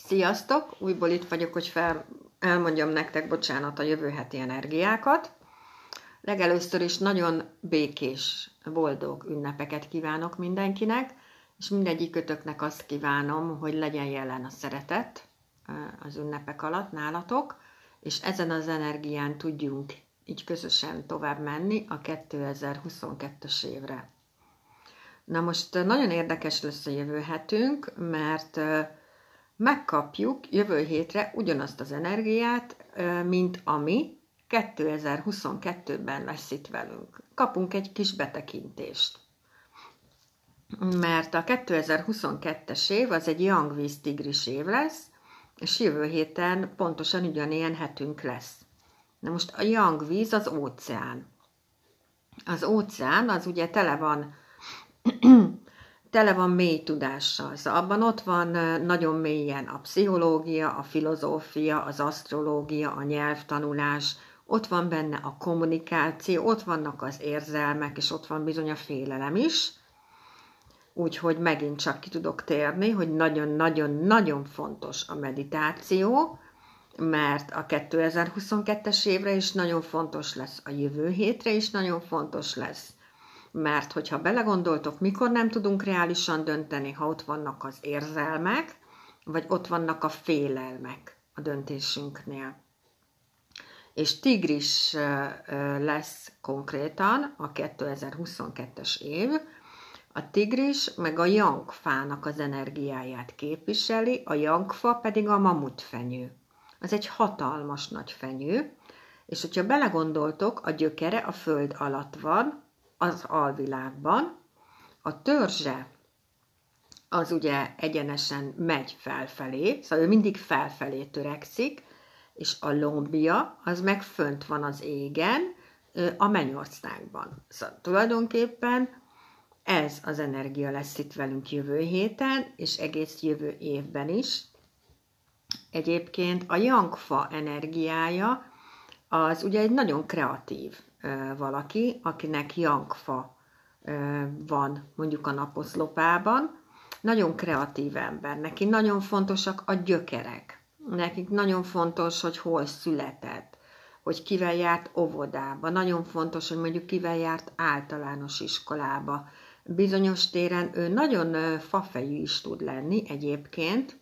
Sziasztok! Újból itt vagyok, hogy elmondjam nektek, bocsánat, a jövő heti energiákat. Legelőször is nagyon békés, boldog ünnepeket kívánok mindenkinek, és mindegyikötöknek azt kívánom, hogy legyen jelen a szeretet az ünnepek alatt nálatok, és ezen az energián tudjunk így közösen tovább menni a 2022-es évre. Na most nagyon érdekes lesz a jövő hetünk, mert megkapjuk jövő hétre ugyanazt az energiát, mint ami 2022-ben lesz itt velünk. Kapunk egy kis betekintést. Mert a 2022-es év az egy Yang víz tigris év lesz, és jövő héten pontosan ugyanilyen hetünk lesz. Na most a Yang víz az óceán. Az óceán az ugye tele van mély tudással. Szóval abban ott van nagyon mélyen a pszichológia, a filozófia, az asztrológia, a nyelvtanulás, ott van benne a kommunikáció, ott vannak az érzelmek, és ott van bizony a félelem is. Úgyhogy megint csak ki tudok térni, hogy nagyon-nagyon-nagyon fontos a meditáció, mert a 2022-es évre is nagyon fontos lesz, a jövő hétre is nagyon fontos lesz. Mert hogyha belegondoltok, mikor nem tudunk reálisan dönteni, ha ott vannak az érzelmek, vagy ott vannak a félelmek a döntésünknél. És tigris lesz konkrétan a 2022-es év. A tigris meg a jangfának az energiáját képviseli, a jangfa pedig a mamutfenyő. Az egy hatalmas nagy fenyő, és hogyha belegondoltok, a gyökere a föld alatt van, az alvilágban, a törzse az ugye egyenesen megy felfelé, szóval ő mindig felfelé törekszik, és a lombja az meg fönt van az égen, a mennyországban. Szóval tulajdonképpen ez az energia lesz itt velünk jövő héten, és egész jövő évben is. Egyébként a jangfa energiája az ugye egy nagyon kreatív valaki, akinek jangfa van mondjuk a naposzlopában, nagyon kreatív ember, neki nagyon fontosak a gyökerek, nekik nagyon fontos, hogy hol született, hogy kivel járt óvodába, nagyon fontos, hogy mondjuk kivel járt általános iskolába. Bizonyos téren ő nagyon fafejű is tud lenni egyébként,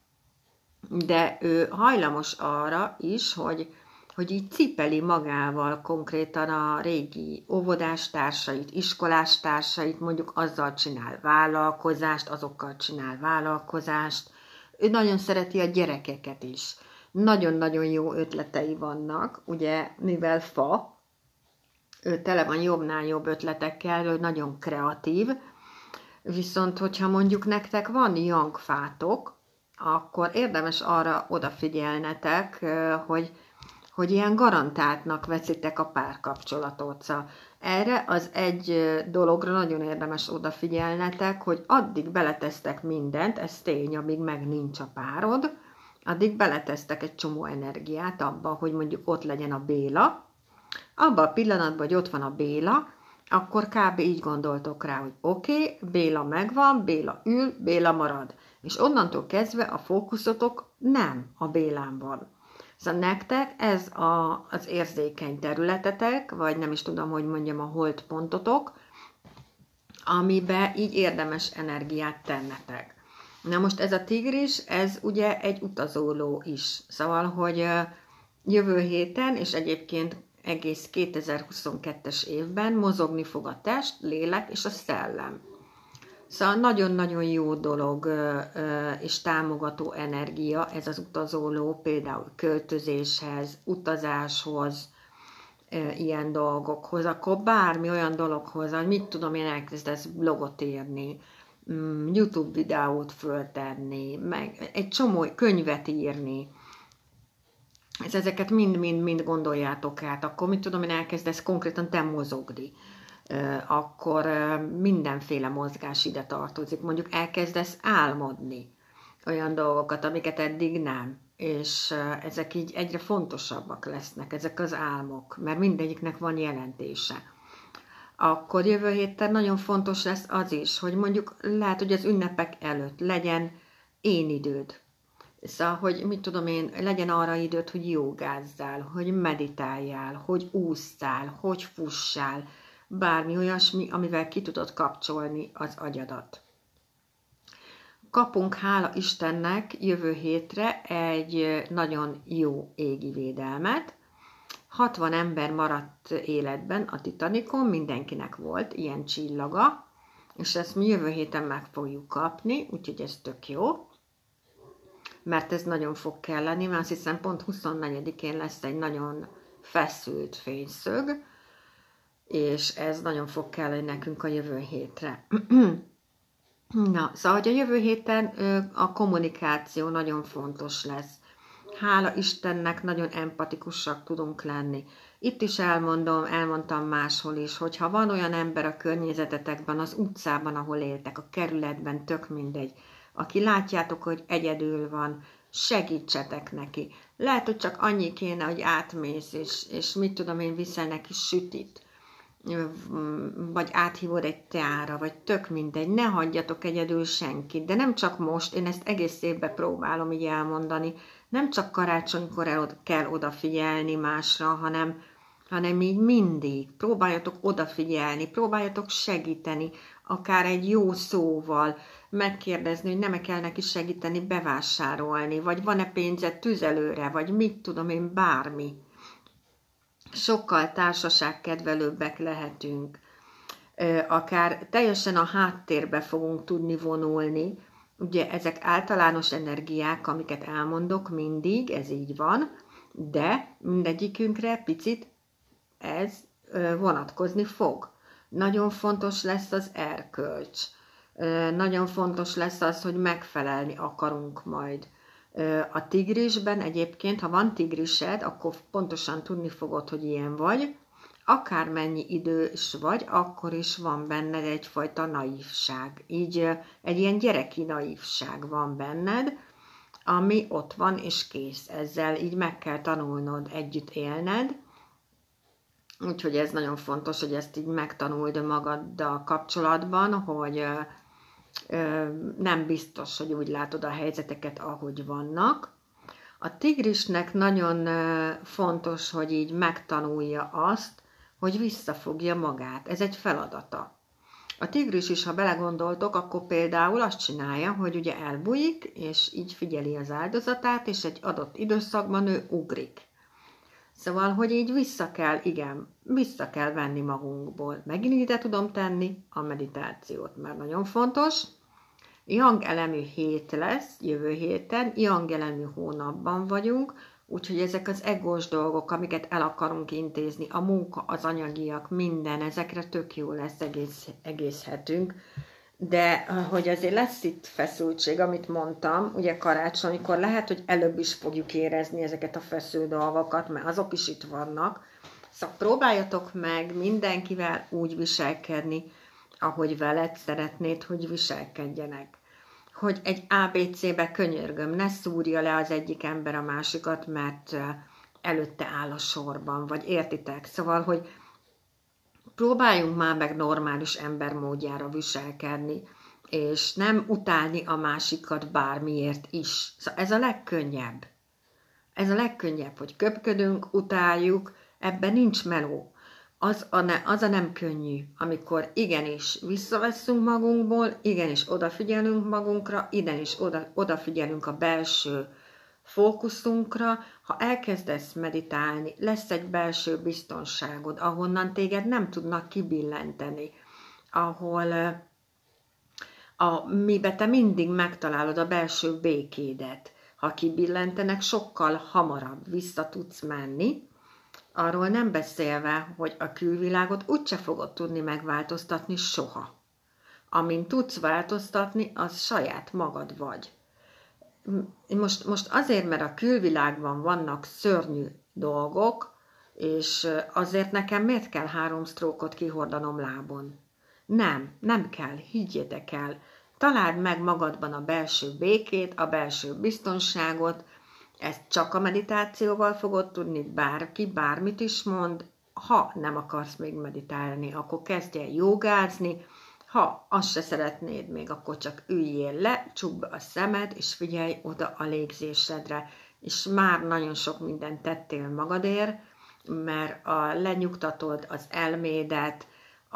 de ő hajlamos arra is, hogy így cipeli magával konkrétan a régi óvodástársait, iskolástársait, mondjuk azzal csinál vállalkozást, azokkal csinál vállalkozást. Ő nagyon szereti a gyerekeket is. Nagyon-nagyon jó ötletei vannak, ugye, mivel fa, ő tele van jobbnál jobb ötletekkel, ő nagyon kreatív, viszont hogyha mondjuk nektek van jangfátok, akkor érdemes arra odafigyelnetek, hogy ilyen garantáltnak veszitek a párkapcsolatot. Szóval erre az egy dologra nagyon érdemes odafigyelnetek, hogy addig beletesztek mindent, ez tény, amíg meg nincs a párod, addig beletesztek egy csomó energiát abba, hogy mondjuk ott legyen a Béla. Abban a pillanatban, hogy ott van a Béla, akkor kb. Így gondoltok rá, hogy oké, Béla megvan, Béla ül, Béla marad. És onnantól kezdve a fókuszotok nem a Bélán van. Szóval nektek ez az érzékeny területetek, vagy nem is tudom, hogy mondjam, a holdpontotok, amiben így érdemes energiát tennetek. Na most ez a tigris, ez ugye egy utazóló is. Szóval, hogy jövő héten, és egyébként egész 2022-es évben mozogni fog a test, lélek és a szellem. Szóval nagyon-nagyon jó dolog és támogató energia ez az utazóló, például költözéshez, utazáshoz, ilyen dolgokhoz, akkor bármi olyan dologhoz, hogy mit tudom én, elkezdesz blogot írni, YouTube videót föltenni, meg egy csomó könyvet írni, ezeket mind gondoljátok át, akkor mit tudom én, elkezdesz konkrétan te mozogni. Akkor mindenféle mozgás ide tartozik. Mondjuk elkezdesz álmodni olyan dolgokat, amiket eddig nem. És ezek így egyre fontosabbak lesznek, ezek az álmok, mert mindegyiknek van jelentése. Akkor jövő héten nagyon fontos lesz az is, hogy mondjuk lehet, hogy az ünnepek előtt legyen én időd. Szóval, hogy mit tudom én, legyen arra időt, hogy jogázzál, hogy meditáljál, hogy ússzál, hogy fussál, bármi olyasmi, amivel ki tudod kapcsolni az agyadat. Kapunk, hála Istennek, jövő hétre egy nagyon jó égi védelmet. 60 ember maradt életben a Titanicon, mindenkinek volt ilyen csillaga, és ezt mi jövő héten meg fogjuk kapni, úgyhogy ez tök jó, mert ez nagyon fog kelleni, mert azt hiszem pont 24-én lesz egy nagyon feszült fényszög, és ez nagyon fog kelleni nekünk a jövő hétre. Na, szóval, hogy a jövő héten a kommunikáció nagyon fontos lesz. Hála Istennek nagyon empatikusak tudunk lenni. Itt is elmondtam máshol is, hogy ha van olyan ember a környezetetekben, az utcában, ahol éltek, a kerületben, tök mindegy, aki látjátok, hogy egyedül van, segítsetek neki. Lehet, hogy csak annyi kéne, hogy átmész, és mit tudom én, viszel neki sütit, vagy áthívod egy teára, vagy tök mindegy, ne hagyjatok egyedül senkit, de nem csak most, én ezt egész évben próbálom így elmondani, nem csak karácsonykor kell odafigyelni másra, hanem így mindig. Próbáljatok odafigyelni, próbáljatok segíteni, akár egy jó szóval, megkérdezni, hogy nem kell neki segíteni bevásárolni, vagy van-e pénzed tüzelőre, vagy mit tudom én, bármi. Sokkal társaságkedvelőbbek lehetünk. Akár teljesen a háttérbe fogunk tudni vonulni. Ugye ezek általános energiák, amiket elmondok mindig, ez így van, de mindegyikünkre picit ez vonatkozni fog. Nagyon fontos lesz az erkölcs. Nagyon fontos lesz az, hogy megfelelni akarunk majd. A tigrisben egyébként, ha van tigrised, akkor pontosan tudni fogod, hogy ilyen vagy. Akármennyi idős vagy, akkor is van benned egyfajta naívság. Így egy ilyen gyereki naívság van benned, ami ott van és kész. Ezzel így meg kell tanulnod, együtt élned. Úgyhogy ez nagyon fontos, hogy ezt így megtanuld magaddal kapcsolatban, hogy nem biztos, hogy úgy látod a helyzeteket, ahogy vannak. A tigrisnek nagyon fontos, hogy így megtanulja azt, hogy visszafogja magát. Ez egy feladata. A tigris is, ha belegondoltok, akkor például azt csinálja, hogy ugye elbújik, és így figyeli az áldozatát, és egy adott időszakban ő ugrik. Szóval, hogy így vissza kell venni magunkból. Megint ide tudom tenni a meditációt, mert nagyon fontos. Yang elemű hét lesz jövő héten, Yang elemű hónapban vagyunk, úgyhogy ezek az egós dolgok, amiket el akarunk intézni, a munka, az anyagiak, minden, ezekre tök jó lesz egész hetünk. De hogy azért lesz itt feszültség, amit mondtam, ugye karácsonykor lehet, hogy előbb is fogjuk érezni ezeket a feszült dolgokat, mert azok is itt vannak. Szóval próbáljatok meg mindenkivel úgy viselkedni, ahogy veled szeretnéd, hogy viselkedjenek. Hogy egy ABC-be könyörgöm, ne szúrja le az egyik ember a másikat, mert előtte áll a sorban, vagy értitek? Szóval, hogy próbáljunk már meg normális ember módjára viselkedni, és nem utálni a másikat bármiért is. Szóval ez a legkönnyebb. Ez a legkönnyebb, hogy köpködünk, utáljuk, ebben nincs meló. Az a nem könnyű, amikor igenis visszaveszünk magunkból, igenis odafigyelünk magunkra, igenis odafigyelünk a belső fókuszunkra. Ha elkezdesz meditálni, lesz egy belső biztonságod, ahonnan téged nem tudnak kibillenteni, ahol mibe te mindig megtalálod a belső békédet. Ha kibillentenek, sokkal hamarabb vissza tudsz menni, arról nem beszélve, hogy a külvilágot úgyse fogod tudni megváltoztatni soha. Amint tudsz változtatni, az saját magad vagy. Most azért, mert a külvilágban vannak szörnyű dolgok, és azért nekem miért kell 3 sztrókot kihordanom lábon? Nem kell, higgyétek el. Találd meg magadban a belső békét, a belső biztonságot. Ezt csak a meditációval fogod tudni, bárki bármit is mond. Ha nem akarsz még meditálni, akkor kezdj el jogázni. Ha azt se szeretnéd még, akkor csak üljél le, csukd be a szemed, és figyelj oda a légzésedre. És már nagyon sok mindent tettél magadért, mert lenyugtatod az elmédet,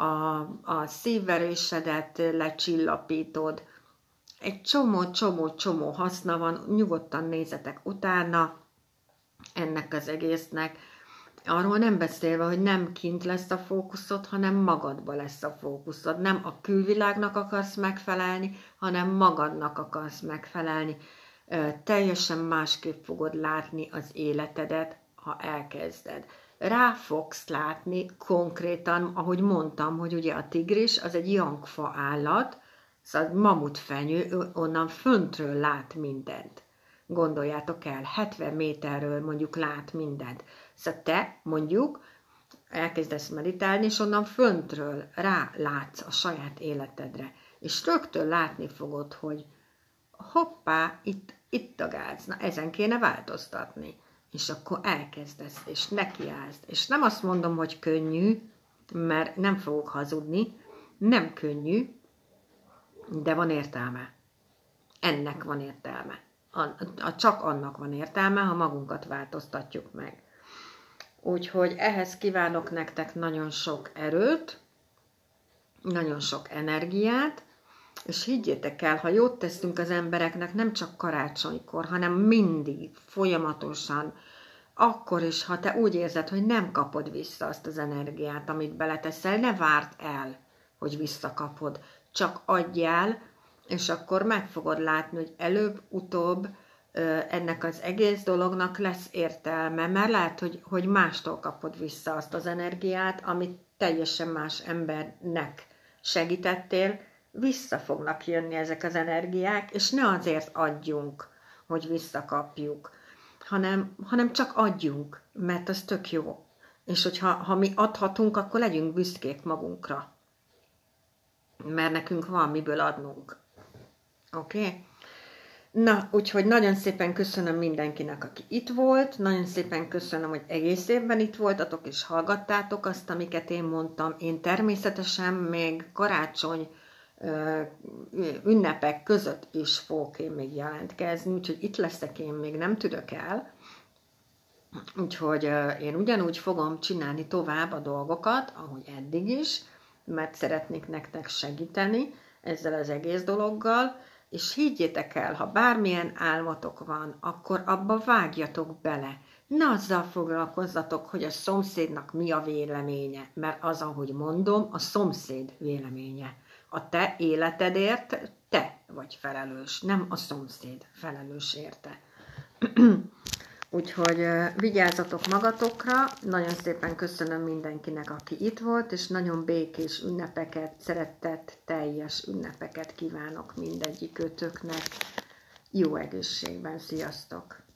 a szívverésedet lecsillapítod. Egy csomó haszna van, nyugodtan nézzetek utána ennek az egésznek. Arról nem beszélve, hogy nem kint lesz a fókuszod, hanem magadba lesz a fókuszod. Nem a külvilágnak akarsz megfelelni, hanem magadnak akarsz megfelelni. Teljesen másképp fogod látni az életedet, ha elkezded. Rá fogsz látni konkrétan, ahogy mondtam, hogy ugye a tigris az egy jangfa állat, szóval mamutfenyő, onnan föntről lát mindent. Gondoljátok el, 70 méterről mondjuk lát mindent. Szóval te mondjuk elkezdesz meditálni, és onnan föntről rálátsz a saját életedre. És rögtön látni fogod, hogy hoppá, itt a gáz, na ezen kéne változtatni. És akkor elkezdesz, és nekiállsz. És nem azt mondom, hogy könnyű, mert nem fogok hazudni, nem könnyű, de van értelme. Ennek van értelme. Csak annak van értelme, ha magunkat változtatjuk meg. Úgyhogy ehhez kívánok nektek nagyon sok erőt, nagyon sok energiát, és higgyétek el, ha jót teszünk az embereknek, nem csak karácsonykor, hanem mindig, folyamatosan, akkor is, ha te úgy érzed, hogy nem kapod vissza azt az energiát, amit beleteszel, ne várd el, hogy visszakapod, csak adjál, és akkor meg fogod látni, hogy előbb-utóbb ennek az egész dolognak lesz értelme, mert lehet, hogy mástól kapod vissza azt az energiát, amit teljesen más embernek segítettél, vissza fognak jönni ezek az energiák, és ne azért adjunk, hogy visszakapjuk, hanem csak adjunk, mert az tök jó. És hogyha mi adhatunk, akkor legyünk büszkék magunkra, mert nekünk van miből adnunk. Oké? Okay? Na, úgyhogy nagyon szépen köszönöm mindenkinek, aki itt volt, nagyon szépen köszönöm, hogy egész évben itt voltatok, és hallgattátok azt, amiket én mondtam. Én természetesen még karácsony ünnepek között is fogok én még jelentkezni, úgyhogy itt leszek, én még nem tűrök el. Úgyhogy én ugyanúgy fogom csinálni tovább a dolgokat, ahogy eddig is, mert szeretnék nektek segíteni ezzel az egész dologgal, és higgyétek el, ha bármilyen álmotok van, akkor abba vágjatok bele. Ne azzal foglalkozzatok, hogy a szomszédnak mi a véleménye, mert az, ahogy mondom, a szomszéd véleménye. A te életedért te vagy felelős, nem a szomszéd felelős érte. Úgyhogy vigyázzatok magatokra, nagyon szépen köszönöm mindenkinek, aki itt volt, és nagyon békés ünnepeket, szeretett, teljes ünnepeket kívánok mindegyik ötöknek. Jó egészségben, sziasztok!